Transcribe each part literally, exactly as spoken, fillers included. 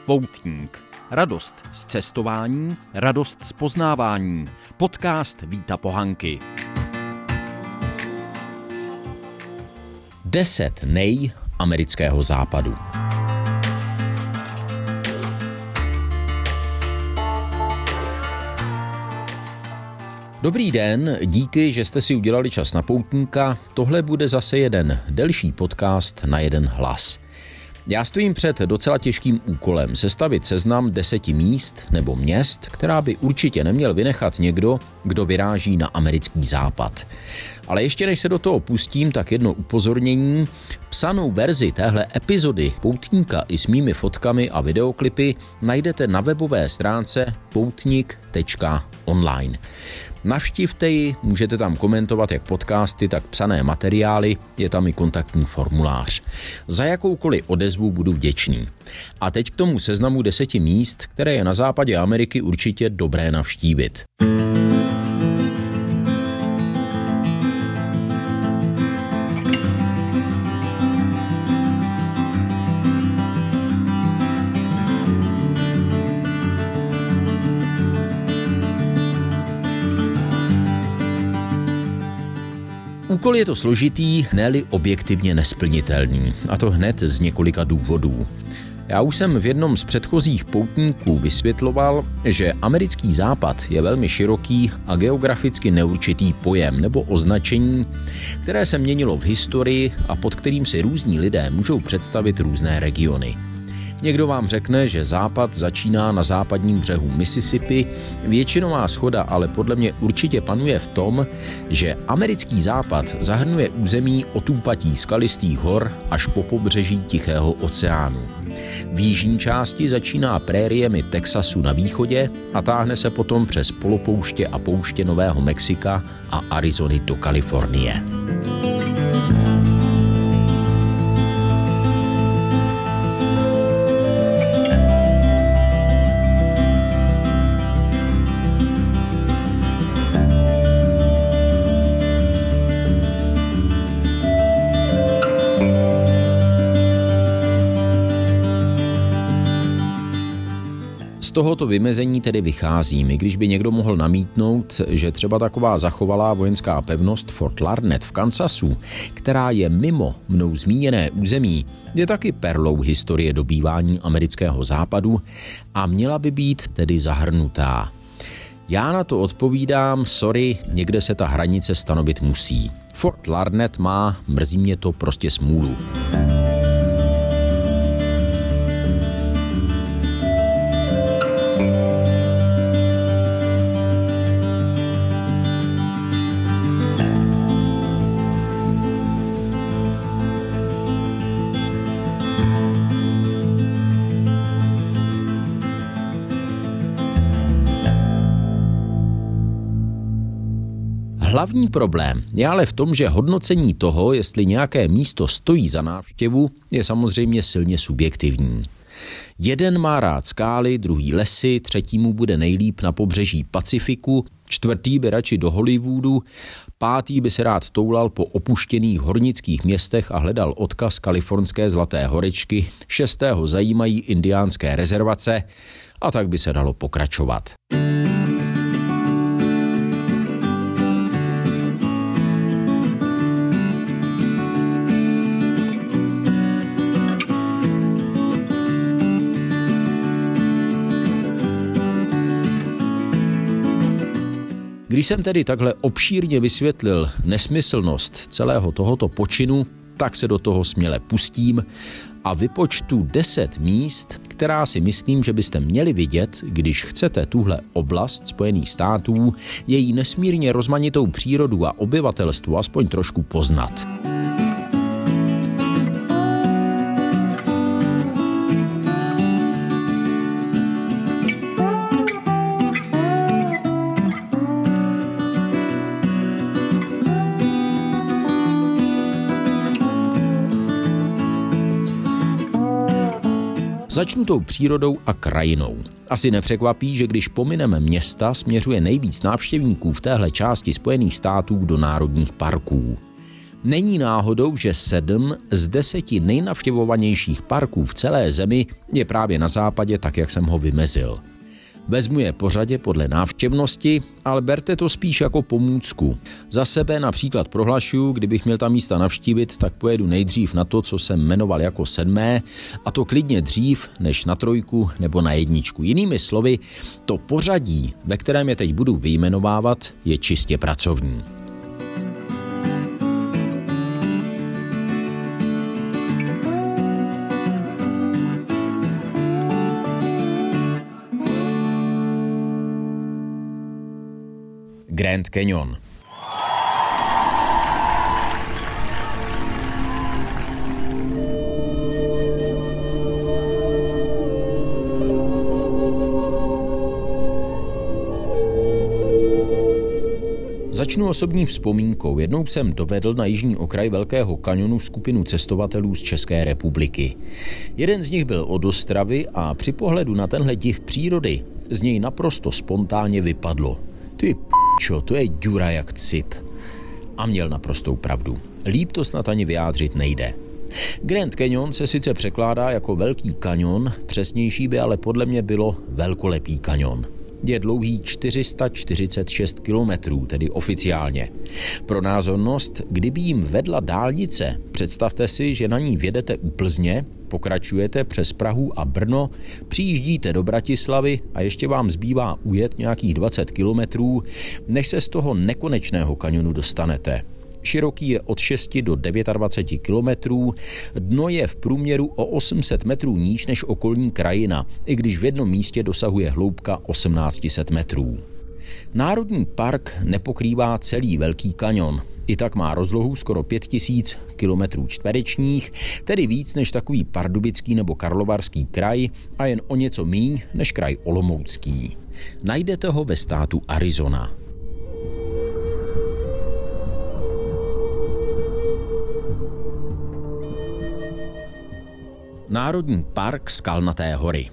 Poutník. Radost z cestování, radost z poznávání. Podcast Víta Pohanky. Deset nej amerického západu. Dobrý den, díky, že jste si udělali čas na Poutníka. Tohle bude zase jeden delší podcast na jeden hlas. Já stojím před docela těžkým úkolem sestavit seznam deseti míst nebo měst, která by určitě neměl vynechat někdo, kdo vyráží na americký západ. Ale ještě než se do toho pustím, tak jedno upozornění. Psanou verzi téhle epizody Poutníka i s mými fotkami a videoklipy najdete na webové stránce poutnik tečka online. Navštivte ji, můžete tam komentovat jak podcasty, tak psané materiály, je tam i kontaktní formulář. Za jakoukoliv odezvu budu vděčný. A teď k tomu seznamu deseti míst, které je na západě Ameriky určitě dobré navštívit. Úkol je to složitý, ne-li objektivně nesplnitelný, a to hned z několika důvodů. Já už jsem v jednom z předchozích poutníků vysvětloval, že americký západ je velmi široký a geograficky neurčitý pojem nebo označení, které se měnilo v historii a pod kterým si různí lidé můžou představit různé regiony. Někdo vám řekne, že západ začíná na západním břehu Mississippi, většinová shoda ale podle mě určitě panuje v tom, že americký západ zahrnuje území od úpatí skalistých hor až po pobřeží Tichého oceánu. V jižní části začíná prériemi Texasu na východě a táhne se potom přes polopouště a pouště Nového Mexika a Arizony do Kalifornie. Z tohoto vymezení tedy vycházím, i když by někdo mohl namítnout, že třeba taková zachovalá vojenská pevnost Fort Larned v Kansasu, která je mimo mnou zmíněné území, je taky perlou historie dobývání amerického západu a měla by být tedy zahrnutá. Já na to odpovídám, sorry, někde se ta hranice stanovit musí. Fort Larned má, mrzí mě to, prostě smůlu. Hlavní problém je ale v tom, že hodnocení toho, jestli nějaké místo stojí za návštěvu, je samozřejmě silně subjektivní. Jeden má rád skály, druhý lesy, třetí mu bude nejlíp na pobřeží Pacifiku, čtvrtý by radši do Hollywoodu, pátý by se rád toulal po opuštěných hornických městech a hledal odkaz kalifornské Zlaté horečky, šestého zajímají indiánské rezervace a tak by se dalo pokračovat. Když jsem tedy takhle obšírně vysvětlil nesmyslnost celého tohoto počinu, tak se do toho směle pustím a vypočtu deset míst, která si myslím, že byste měli vidět, když chcete tuhle oblast Spojených států, její nesmírně rozmanitou přírodu a obyvatelstvo aspoň trošku poznat. Začnu tou přírodou a krajinou. Asi nepřekvapí, že když pomineme města, směřuje nejvíc návštěvníků v téhle části Spojených států do národních parků. Není náhodou, že sedm z deseti nejnavštěvovanějších parků v celé zemi je právě na západě, tak jak jsem ho vymezil. Vezmu je pořadě podle návštěvnosti, ale berte to spíš jako pomůcku. Za sebe například prohlašuju, kdybych měl ta místa navštívit, tak pojedu nejdřív na to, co jsem jmenoval jako sedmé, a to klidně dřív než na trojku nebo na jedničku. Jinými slovy, to pořadí, ve kterém je teď budu vyjmenovávat, je čistě pracovní. Grand Canyon. Začnu osobní vzpomínkou. Jednou jsem dovedl na jižní okraj Velkého kanionu skupinu cestovatelů z České republiky. Jeden z nich byl od Ostravy a při pohledu na tenhle div přírody z něj naprosto spontánně vypadlo: Ty p***čo, to je ďura jak cip. A měl naprostou pravdu. Líp to snad ani vyjádřit nejde. Grand Canyon se sice překládá jako Velký kanion, přesnější by ale podle mě bylo Velkolepý kanion. Je dlouhý čtyři sta čtyřicet šest kilometrů, tedy oficiálně. Pro názornost, kdyby jim vedla dálnice, představte si, že na ní vjedete u Plzně, pokračujete přes Prahu a Brno, přijíždíte do Bratislavy a ještě vám zbývá ujet nějakých dvacet kilometrů, než se z toho nekonečného kanionu dostanete. Široký je od šesti do dvaceti devíti kilometrů, dno je v průměru o osm set metrů níž než okolní krajina, i když v jednom místě dosahuje hloubka osmnáct set metrů. Národní park nepokrývá celý Velký kanion, i tak má rozlohu skoro pět tisíc kilometrů čtverečních, tedy víc než takový Pardubický nebo Karlovarský kraj a jen o něco míň než kraj Olomoucký. Najdete ho ve státu Arizona. Národní park Skalnaté hory.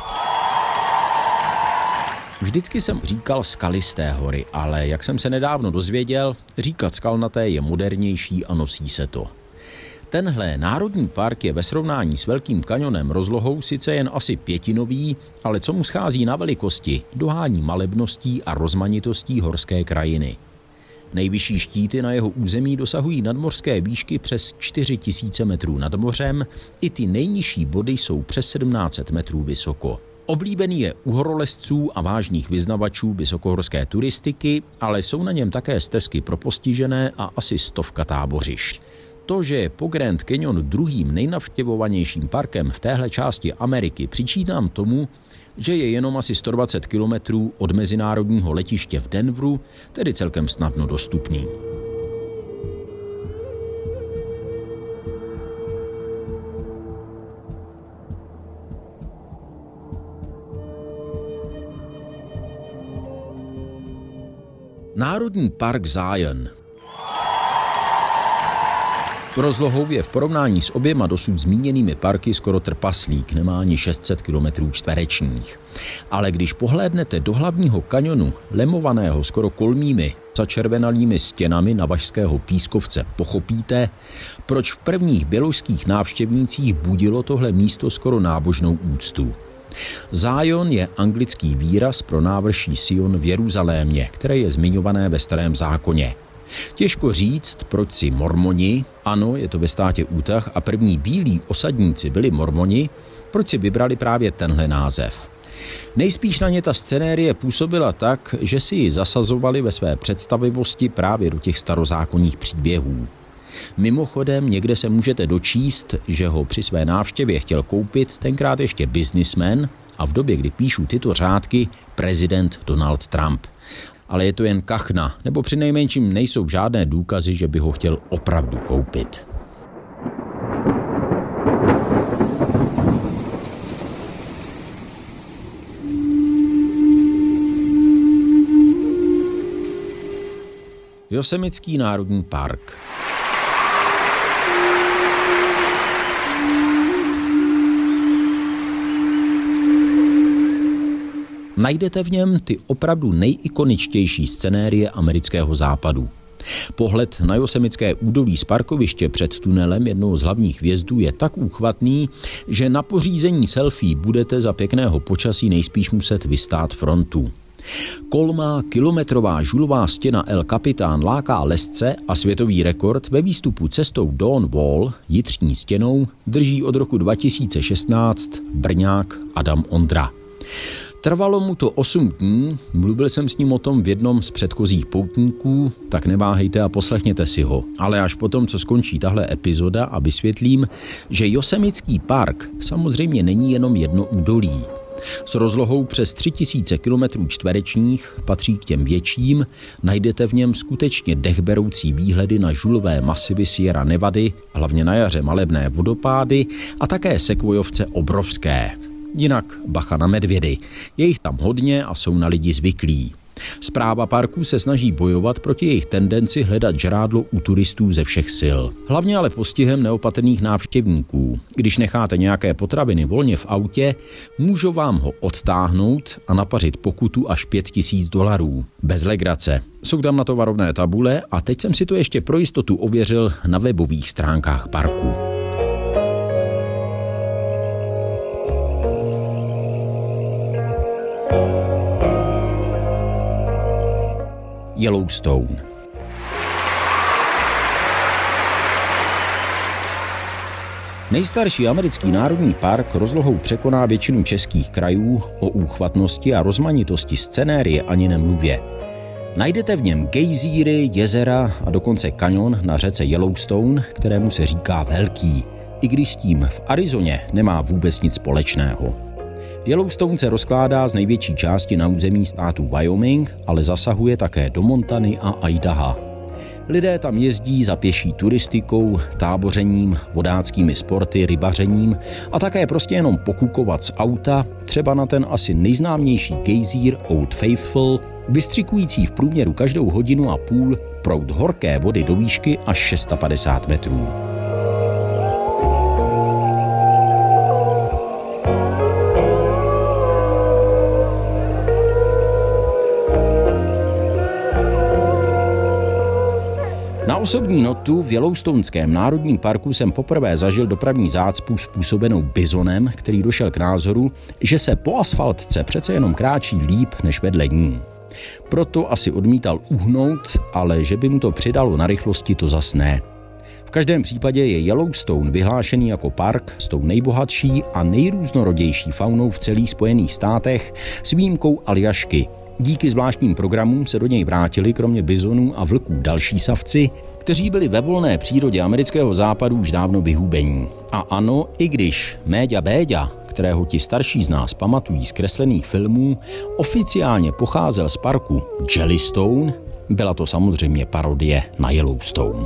Vždycky jsem říkal Skalisté hory, ale jak jsem se nedávno dozvěděl, říkat Skalnaté je modernější a nosí se to. Tenhle národní park je ve srovnání s Velkým kanionem rozlohou sice jen asi pětinový, ale co mu schází na velikosti, dohání malebností a rozmanitostí horské krajiny. Nejvyšší štíty na jeho území dosahují nadmořské výšky přes čtyři tisíce metrů nad mořem, i ty nejnižší body jsou přes sedmnáct set metrů vysoko. Oblíbený je u horolezců a vážných vyznavačů vysokohorské turistiky, ale jsou na něm také stezky pro postižené a asi stovka tábořišť. To, že je po Grand Canyonu druhým nejnavštěvovanějším parkem v téhle části Ameriky, přičítám tomu, že je jenom asi sto dvacet kilometrů od mezinárodního letiště v Denveru, tedy celkem snadno dostupný. Národní park Zion. Rozlohou je v porovnání s oběma dosud zmíněnými parky skoro trpaslík, nemá ani šest set kilometrů čtverečních. Ale když pohlédnete do hlavního kanionu, lemovaného skoro kolmými, začervenalými stěnami navažského pískovce, pochopíte, proč v prvních běložských návštěvnících budilo tohle místo skoro nábožnou úctu. Zion je anglický výraz pro návrší Sion v Jeruzalémě, které je zmiňované ve Starém zákoně. Těžko říct, proč si mormoni, ano, je to ve státě Utah a první bílí osadníci byli mormoni, proč si vybrali právě tenhle název. Nejspíš na ně ta scenérie působila tak, že si ji zasazovali ve své představivosti právě do těch starozákonních příběhů. Mimochodem někde se můžete dočíst, že ho při své návštěvě chtěl koupit tenkrát ještě biznismen a v době, kdy píšu tyto řádky, prezident Donald Trump. Ale je to jen kachna, nebo přinejmenším nejsou žádné důkazy, že by ho chtěl opravdu koupit. Yosemite národní park. Najdete v něm ty opravdu nejikoničtější scenérie amerického západu. Pohled na Josemické údolí z parkoviště před tunelem jednoho z hlavních vjezdů je tak úchvatný, že na pořízení selfie budete za pěkného počasí nejspíš muset vystát frontu. Kolmá kilometrová žulová stěna El Capitan láká lezce a světový rekord ve výstupu cestou Dawn Wall, jitřní stěnou, drží od roku dva tisíce šestnáct Brňák Adam Ondra. Trvalo mu to osm dní, mluvil jsem s ním o tom v jednom z předchozích poutníků, tak neváhejte a poslechněte si ho. Ale až potom, co skončí tahle epizoda a vysvětlím, že Josemický park samozřejmě není jenom jedno údolí. S rozlohou přes tři tisíce kilometrů čtverečních, patří k těm větším, najdete v něm skutečně dechberoucí výhledy na žulové masivy Sierra Nevady, hlavně na jaře malebné vodopády a také sekvojovce obrovské. Jinak bacha na medvědy. Je jich tam hodně a jsou na lidi zvyklí. Správa parku se snaží bojovat proti jejich tendenci hledat žrádlo u turistů ze všech sil. Hlavně ale postihem neopatrných návštěvníků. Když necháte nějaké potraviny volně v autě, můžou vám ho odtáhnout a napařit pokutu až pět tisíc dolarů. Bez legrace. Jsou tam na to varovné tabule a teď jsem si to ještě pro jistotu ověřil na webových stránkách parku. Yellowstone. Nejstarší americký národní park rozlohou překoná většinu českých krajů, o úchvatnosti a rozmanitosti scenérie ani nemluvě. Najdete v něm gejzíry, jezera a dokonce kaňon na řece Yellowstone, kterému se říká Velký, i když s tím v Arizoně nemá vůbec nic společného. Yellowstone se rozkládá z největší části na území státu Wyoming, ale zasahuje také do Montany a Idaha. Lidé tam jezdí za pěší turistikou, tábořením, vodáckými sporty, rybařením a také prostě jenom pokukovat z auta, třeba na ten asi nejznámější gejzír Old Faithful, vystřikující v průměru každou hodinu a půl proud horké vody do výšky až šest set padesát metrů. Na osobní notu v Yellowstonském národním parku jsem poprvé zažil dopravní zácpu způsobenou bizonem, který došel k názoru, že se po asfaltce přece jenom kráčí líp než vedle ní. Proto asi odmítal uhnout, ale že by mu to přidalo na rychlosti, to zas ne. V každém případě je Yellowstone vyhlášený jako park s tou nejbohatší a nejrůznorodější faunou v celých Spojených státech s výjimkou Aljašky. Díky zvláštním programům se do něj vrátili kromě bizonů a vlků další savci, kteří byli ve volné přírodě amerického západu už dávno vyhubení. A ano, i když Méďa Béďa, kterého ti starší z nás pamatují z kreslených filmů, oficiálně pocházel z parku Jellystone, byla to samozřejmě parodie na Yellowstone.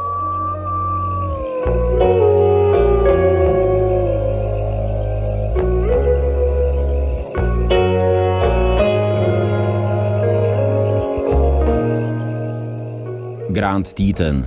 Grand Teton.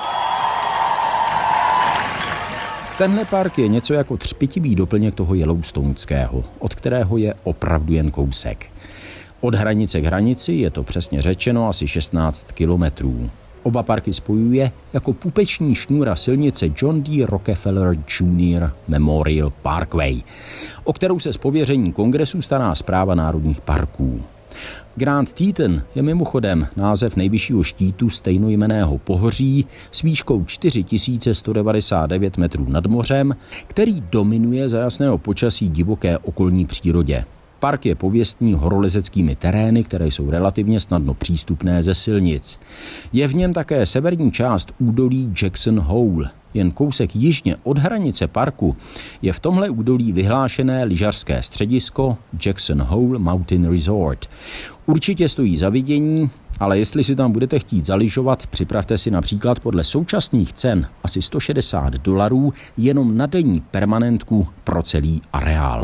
Tenhle park je něco jako třpitivý doplněk toho Yellowstoneského, od kterého je opravdu jen kousek. Od hranice k hranici je to přesně řečeno asi šestnáct kilometrů. Oba parky spojuje jako pupeční šňůra silnice John D. Rockefeller junior Memorial Parkway, o kterou se z pověření kongresu stará správa národních parků. Grand Teton je mimochodem název nejvyššího štítu stejnojmenného pohoří s výškou čtyři tisíce sto devadesát devět metrů nad mořem, který dominuje za jasného počasí divoké okolní přírodě. Park je pověstný horolezeckými terény, které jsou relativně snadno přístupné ze silnic. Je v něm také severní část údolí Jackson Hole. Jen kousek jižně od hranice parku je v tomhle údolí vyhlášené lyžařské středisko Jackson Hole Mountain Resort. Určitě stojí za vidění, ale jestli si tam budete chtít zalyžovat, připravte si například podle současných cen asi sto šedesát dolarů jenom na denní permanentku pro celý areál.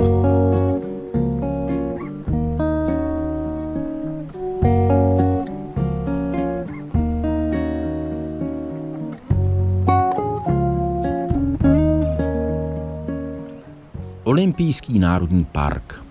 Olympijský národní park.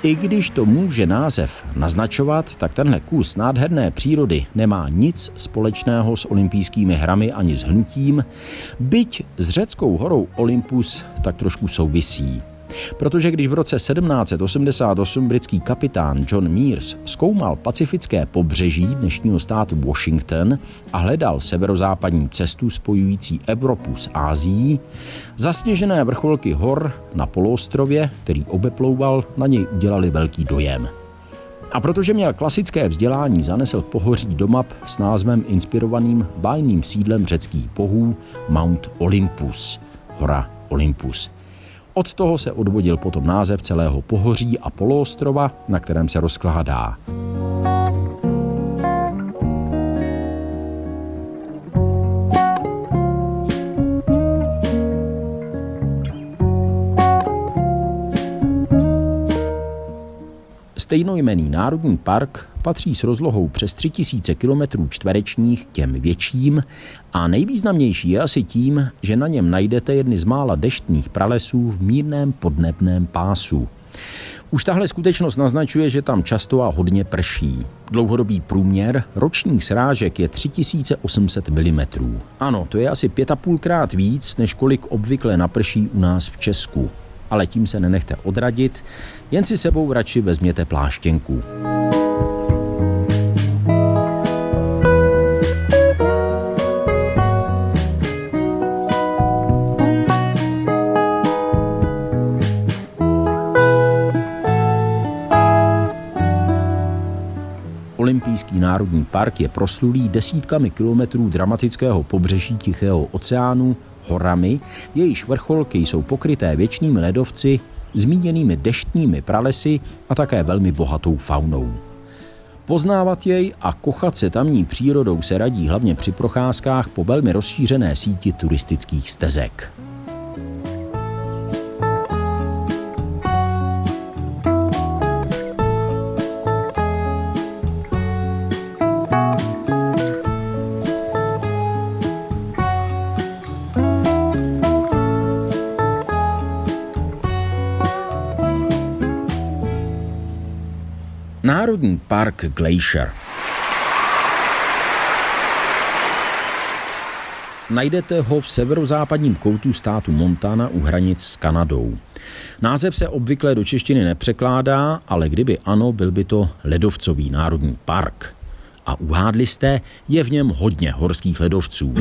I když to může název naznačovat, tak tenhle kus nádherné přírody nemá nic společného s olympijskými hrami ani s hnutím, byť s řeckou horou Olympus tak trošku souvisí. Protože když v roce sedmnáct set osmdesát osm britský kapitán John Meares zkoumal pacifické pobřeží dnešního státu Washington a hledal severozápadní cestu spojující Evropu s Ázií, zasněžené vrcholky hor na poloostrově, který obeplouval, na něj udělali velký dojem. A protože měl klasické vzdělání, zanesl pohoří do map s názvem inspirovaným bájným sídlem řeckých bohů Mount Olympus, hora Olympus. Od toho se odvodil potom název celého pohoří a poloostrova, na kterém se rozkládá. Stejnojmenný národní park patří s rozlohou přes tři tisíce kilometrů čtverečních k těm větším a nejvýznamnější je asi tím, že na něm najdete jedny z mála deštných pralesů v mírném podnebném pásu. Už tahle skutečnost naznačuje, že tam často a hodně prší. Dlouhodobý průměr ročních srážek je tři tisíce osm set milimetrů. Ano, to je asi pět a půlkrát víc, než kolik obvykle naprší u nás v Česku. Ale tím se nenechte odradit, jen si sebou radši vezměte pláštěnku. Olympijský národní park je proslulý desítkami kilometrů dramatického pobřeží Tichého oceánu, horami, jejíž vrcholky jsou pokryté věčnými ledovci, zmíněnými deštními pralesy a také velmi bohatou faunou. Poznávat jej a kochat se tamní přírodou se radí hlavně při procházkách po velmi rozšířené síti turistických stezek. Národní park Glacier. Najdete ho v severozápadním koutu státu Montana u hranic s Kanadou. Název se obvykle do češtiny nepřekládá, ale kdyby ano, byl by to ledovcový národní park. A uhádli jste, je v něm hodně horských ledovců.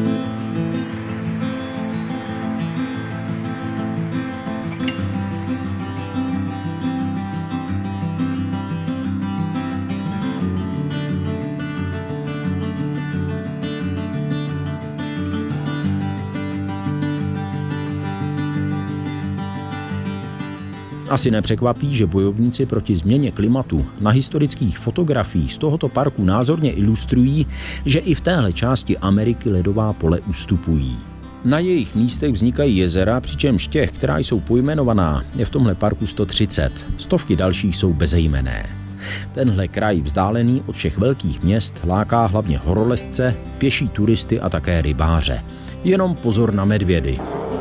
Asi nepřekvapí, že bojovníci proti změně klimatu na historických fotografiích z tohoto parku názorně ilustrují, že i v téhle části Ameriky ledová pole ustupují. Na jejich místech vznikají jezera, přičemž těch, která jsou pojmenovaná, je v tomhle parku sto třicet. Stovky dalších jsou bezejmenné. Tenhle kraj vzdálený od všech velkých měst láká hlavně horolezce, pěší turisty a také rybáře. Jenom pozor na medvědy.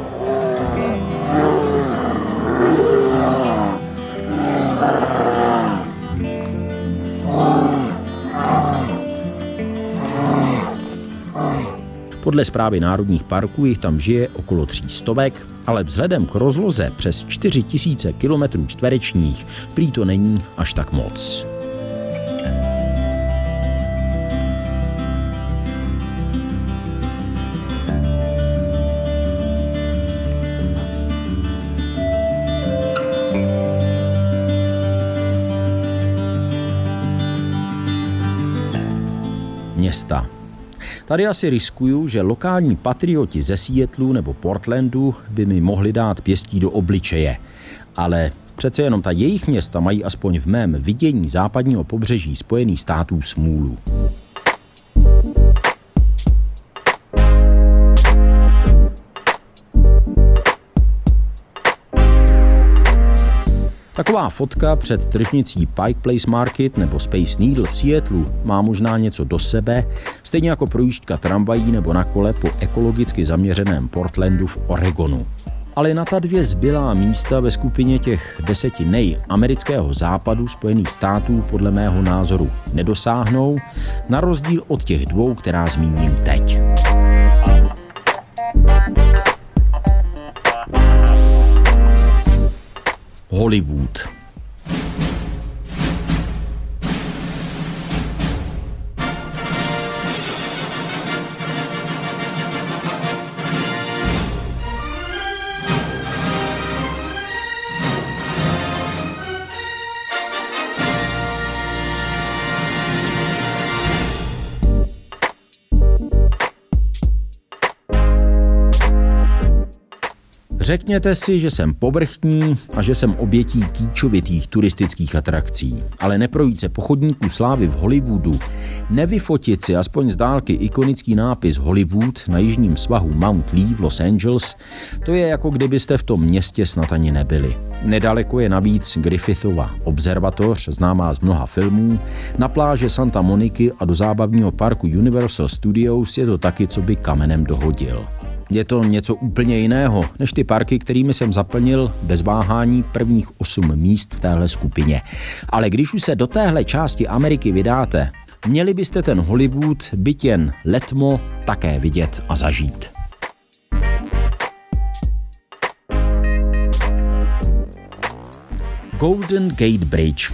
Podle správy národních parků jich tam žije okolo tří stovek, ale vzhledem k rozloze přes čtyři tisíce kilometrů čtverečních prý to není až tak moc. Města. Tady asi riskuju, že lokální patrioti ze Seattlu nebo Portlandu by mi mohli dát pěstí do obličeje, ale přece jenom ta jejich města mají aspoň v mém vidění západního pobřeží Spojených států smůlu. Taková fotka před tržnicí Pike Place Market nebo Space Needle v Seattlu má možná něco do sebe, stejně jako projížďka tramvají nebo na kole po ekologicky zaměřeném Portlandu v Oregonu. ale na ta dvě zbylá místa ve skupině těch deseti nej amerického západu Spojených států podle mého názoru nedosáhnou, na rozdíl od těch dvou, která zmíním teď. Hollywood. Řekněte si, že jsem povrchní a že jsem obětí kýčovitých turistických atrakcí, ale neprojít se po chodníku slávy v Hollywoodu, nevyfotit si aspoň z dálky ikonický nápis Hollywood na jižním svahu Mount Lee v Los Angeles, to je jako kdybyste v tom městě snad ani nebyli. Nedaleko je navíc Griffithova observatoř, známá z mnoha filmů, na pláže Santa Moniky a do zábavního parku Universal Studios je to taky, co by kamenem dohodil. Je to něco úplně jiného, než ty parky, kterými jsem zaplnil bez váhání prvních osm míst v téhle skupině. Ale když už se do téhle části Ameriky vydáte, měli byste ten Hollywood, byť jen letmo, také vidět a zažít. Golden Gate Bridge.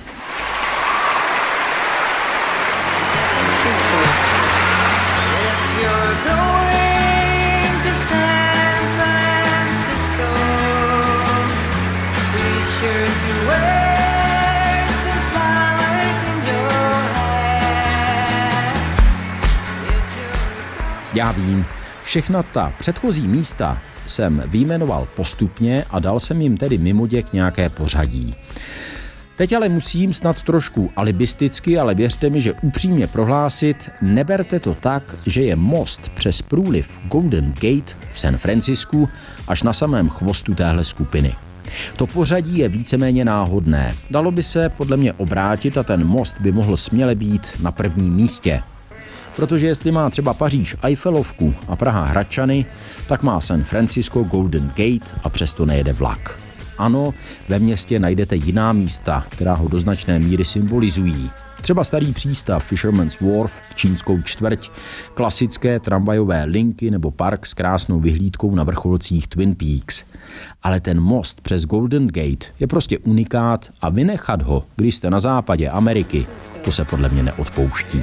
Já vím, všechna ta předchozí místa jsem vyjmenoval postupně a dal jsem jim tedy mimoděk nějaké pořadí. Teď ale musím snad trošku alibisticky, ale věřte mi, že upřímně prohlásit, neberte to tak, že je most přes průliv Golden Gate v San Francisku až na samém chvostu téhle skupiny. To pořadí je víceméně náhodné. Dalo by se podle mě obrátit a ten most by mohl směle být na prvním místě. Protože jestli má třeba Paříž Eiffelovku a Praha Hradčany, tak má San Francisco Golden Gate a přesto nejede vlak. Ano, ve městě najdete jiná místa, která ho do značné míry symbolizují. Třeba starý přístav Fisherman's Wharf, čínskou čtvrť, klasické tramvajové linky nebo park s krásnou vyhlídkou na vrcholcích Twin Peaks. Ale ten most přes Golden Gate je prostě unikát a vynechat ho, když jste na západě Ameriky, to se podle mě neodpouští.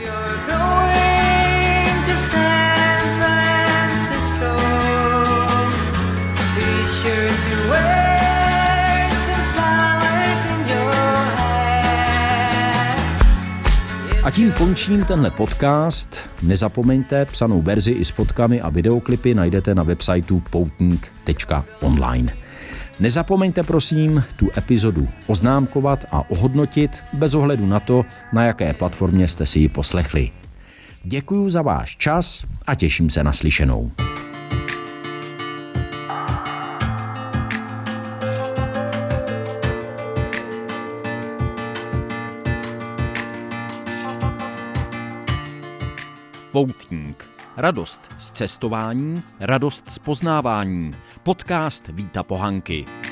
A tím končím tenhle podcast. Nezapomeňte, psanou verzi i s fotkami a videoklipy najdete na websiteu poutník tečka online. Nezapomeňte prosím tu epizodu oznámkovat a ohodnotit bez ohledu na to, na jaké platformě jste si ji poslechli. Děkuju za váš čas a těším se na slyšenou. Poutník. Radost z cestování, radost z poznávání. Podcast Víta Pohanky.